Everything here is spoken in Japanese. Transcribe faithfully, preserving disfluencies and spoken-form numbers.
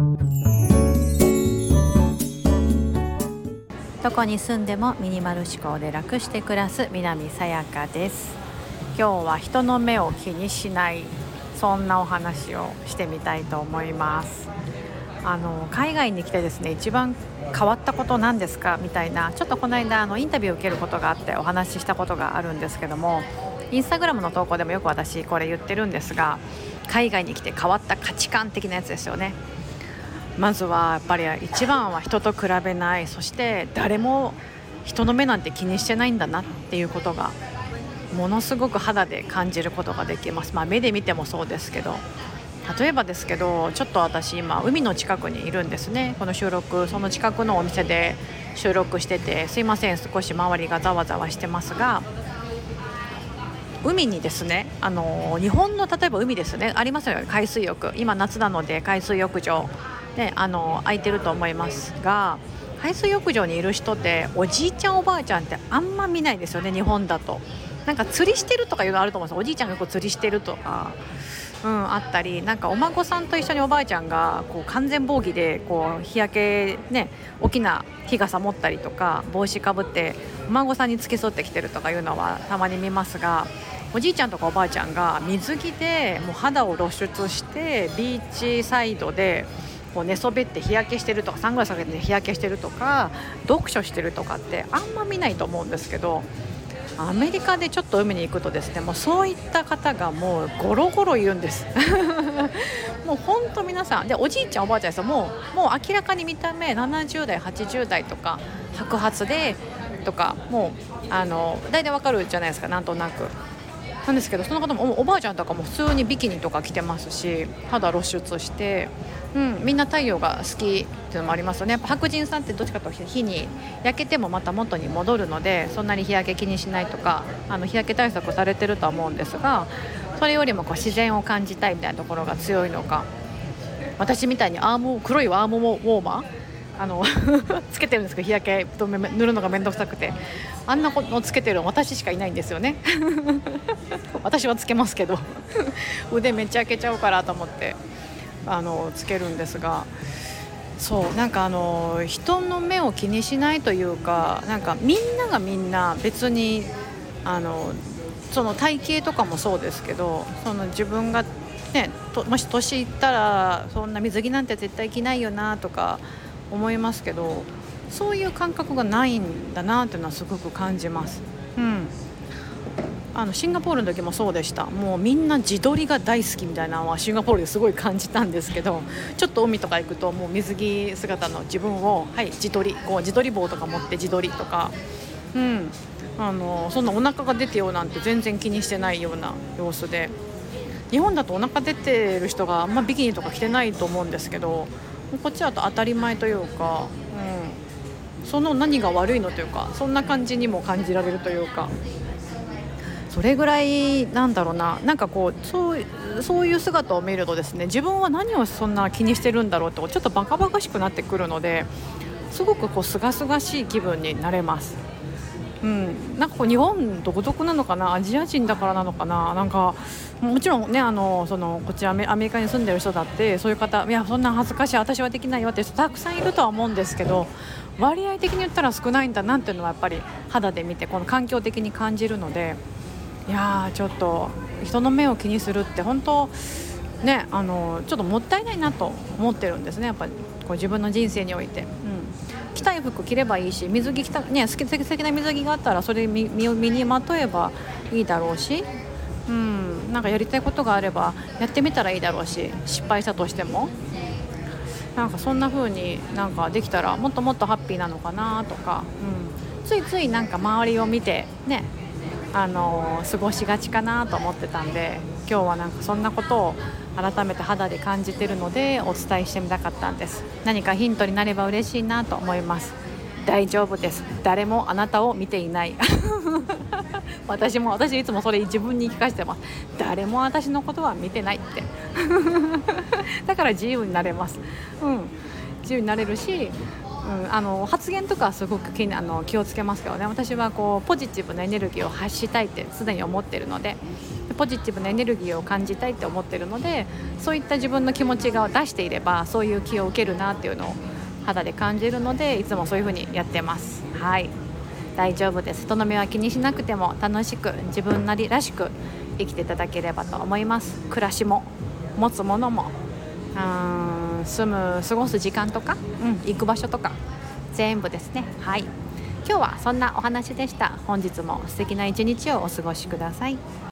どこに住んでもミニマル思考で楽して暮らす南さやかです。今日は人の目を気にしない、そんなお話をしてみたいと思います。あの海外に来てですね、一番変わったことなんですかみたいな、ちょっとこの間あのインタビューを受けることがあってお話ししたことがあるんですけども、インスタグラムの投稿でもよく私これ言ってるんですが、海外に来て変わった価値観的なやつですよね。まずはやっぱり一番は人と比べない、そして誰も人の目なんて気にしてないんだなっていうことがものすごく肌で感じることができます。まあ、目で見てもそうですけど、例えばですけど、ちょっと私今海の近くにいるんですね。この収録、その近くのお店で収録してて、すいません、少し周りがざわざわしてますが、海にですね、あの日本の例えば海ですね、ありますよね、海水浴。今夏なので海水浴場であの空いてると思いますが、海水浴場にいる人っておじいちゃんおばあちゃんってあんま見ないですよね。日本だとなんか釣りしてるとかいうのあると思うんです。おじいちゃんがこう釣りしてるとか、うん、あったり、なんかお孫さんと一緒におばあちゃんがこう完全防備でこう日焼けね、大きな日傘持ったりとか帽子かぶってお孫さんに付き添ってきてるとかいうのはたまに見ますが、おじいちゃんとかおばあちゃんが水着でもう肌を露出してビーチサイドでこう寝そべって日焼けしてるとか、サングラスかけて日焼けしてるとか読書してるとかってあんま見ないと思うんですけど、アメリカでちょっと海に行くとですね、もうそういった方がもうゴロゴロいるんですもう本当皆さんで、おじいちゃんおばあちゃんですよ。もう、もう明らかに見た目ななじゅう代はちじゅう代とか白髪でとか、もうあの大体わかるじゃないですか、なんとなくなんですけど、その方もおばあちゃんとかも普通にビキニとか着てますし、肌露出して、うん、みんな太陽が好きっていうのもありますよね。やっぱ白人さんってどっちかというと日に焼けてもまた元に戻るので、そんなに日焼け気にしないとか、あの日焼け対策されてるとは思うんですが、それよりもこう自然を感じたいみたいなところが強いのか、私みたいにアーム黒いアームウォーマーあのつけてるんですけど、日焼け止め塗るのがめんどくさくて、あんなのつけてるの私しかいないんですよね私はつけますけど腕めっちゃ焼けちゃうからと思ってあのつけるんですが、そうなんかあの人の目を気にしないというか、なんかみんながみんな別にあのその体型とかもそうですけど、その自分がね、ともし年いったらそんな水着なんて絶対着ないよなとか思いますけど、そういう感覚がないんだなというのはすごく感じます。うん、あのシンガポールの時もそうでした。もうみんな自撮りが大好きみたいなのはシンガポールですごい感じたんですけど、ちょっと海とか行くともう水着姿の自分を、はい、自撮り、こう自撮り棒とか持って自撮りとか、うん、あのそんなお腹が出てようなんて全然気にしてないような様子で、日本だとお腹出てる人があんまビキニとか着てないと思うんですけど、こっちだと当たり前というか、うん、その何が悪いのというか、そんな感じにも感じられるというか、それぐらいなんだろうな、なんかこうそう、そういう姿を見るとですね、自分は何をそんな気にしてるんだろうとちょっとバカバカしくなってくるので、すごくこうすがすがしい気分になれます。うん、なんかこう日本独特なのかな、アジア人だからなのかな、なんかもちろんね、あのそのこちらアメリカに住んでる人だってそういう方、いやそんな恥ずかしい、私はできないよって人たくさんいるとは思うんですけど、割合的に言ったら少ないんだなっていうのはやっぱり肌で見てこの環境的に感じるので、いやーちょっと人の目を気にするって本当ね、あのちょっともったいないなと思ってるんですね。やっぱりこう自分の人生において、うん、着たい服着ればいいし、水着着た、ね、好き素敵な水着があったらそれ身身にまとえばいいだろうし、うん、なんかやりたいことがあればやってみたらいいだろうし、失敗したとしてもなんかそんな風になんかできたらもっともっとハッピーなのかなとか、うん、ついついなんか周りを見てね、あのー、過ごしがちかなと思ってたんで、今日はなんかそんなことを改めて肌で感じてるのでお伝えしてみたかったんです。何かヒントになれば嬉しいなと思います。大丈夫です、誰もあなたを見ていない私も私いつもそれ自分に聞かせてます。誰も私のことは見てないってだから自由になれます。うん、自由になれるし、 うん、あの発言とかはすごく気にあの気をつけますけどね。私はこうポジティブなエネルギーを発したいってすでに思ってるので、ポジティブなエネルギーを感じたいって思ってるので、そういった自分の気持ちが出していればそういう気を受けるなっていうのを肌で感じるので、いつもそういう風にやってます。はい、大丈夫です。人の目は気にしなくても楽しく自分なりらしく生きていただければと思います。暮らしも持つものも、うーん住む過ごす時間とか、うん、行く場所とか全部ですね。はい、今日はそんなお話でした。本日も素敵な一日をお過ごしください。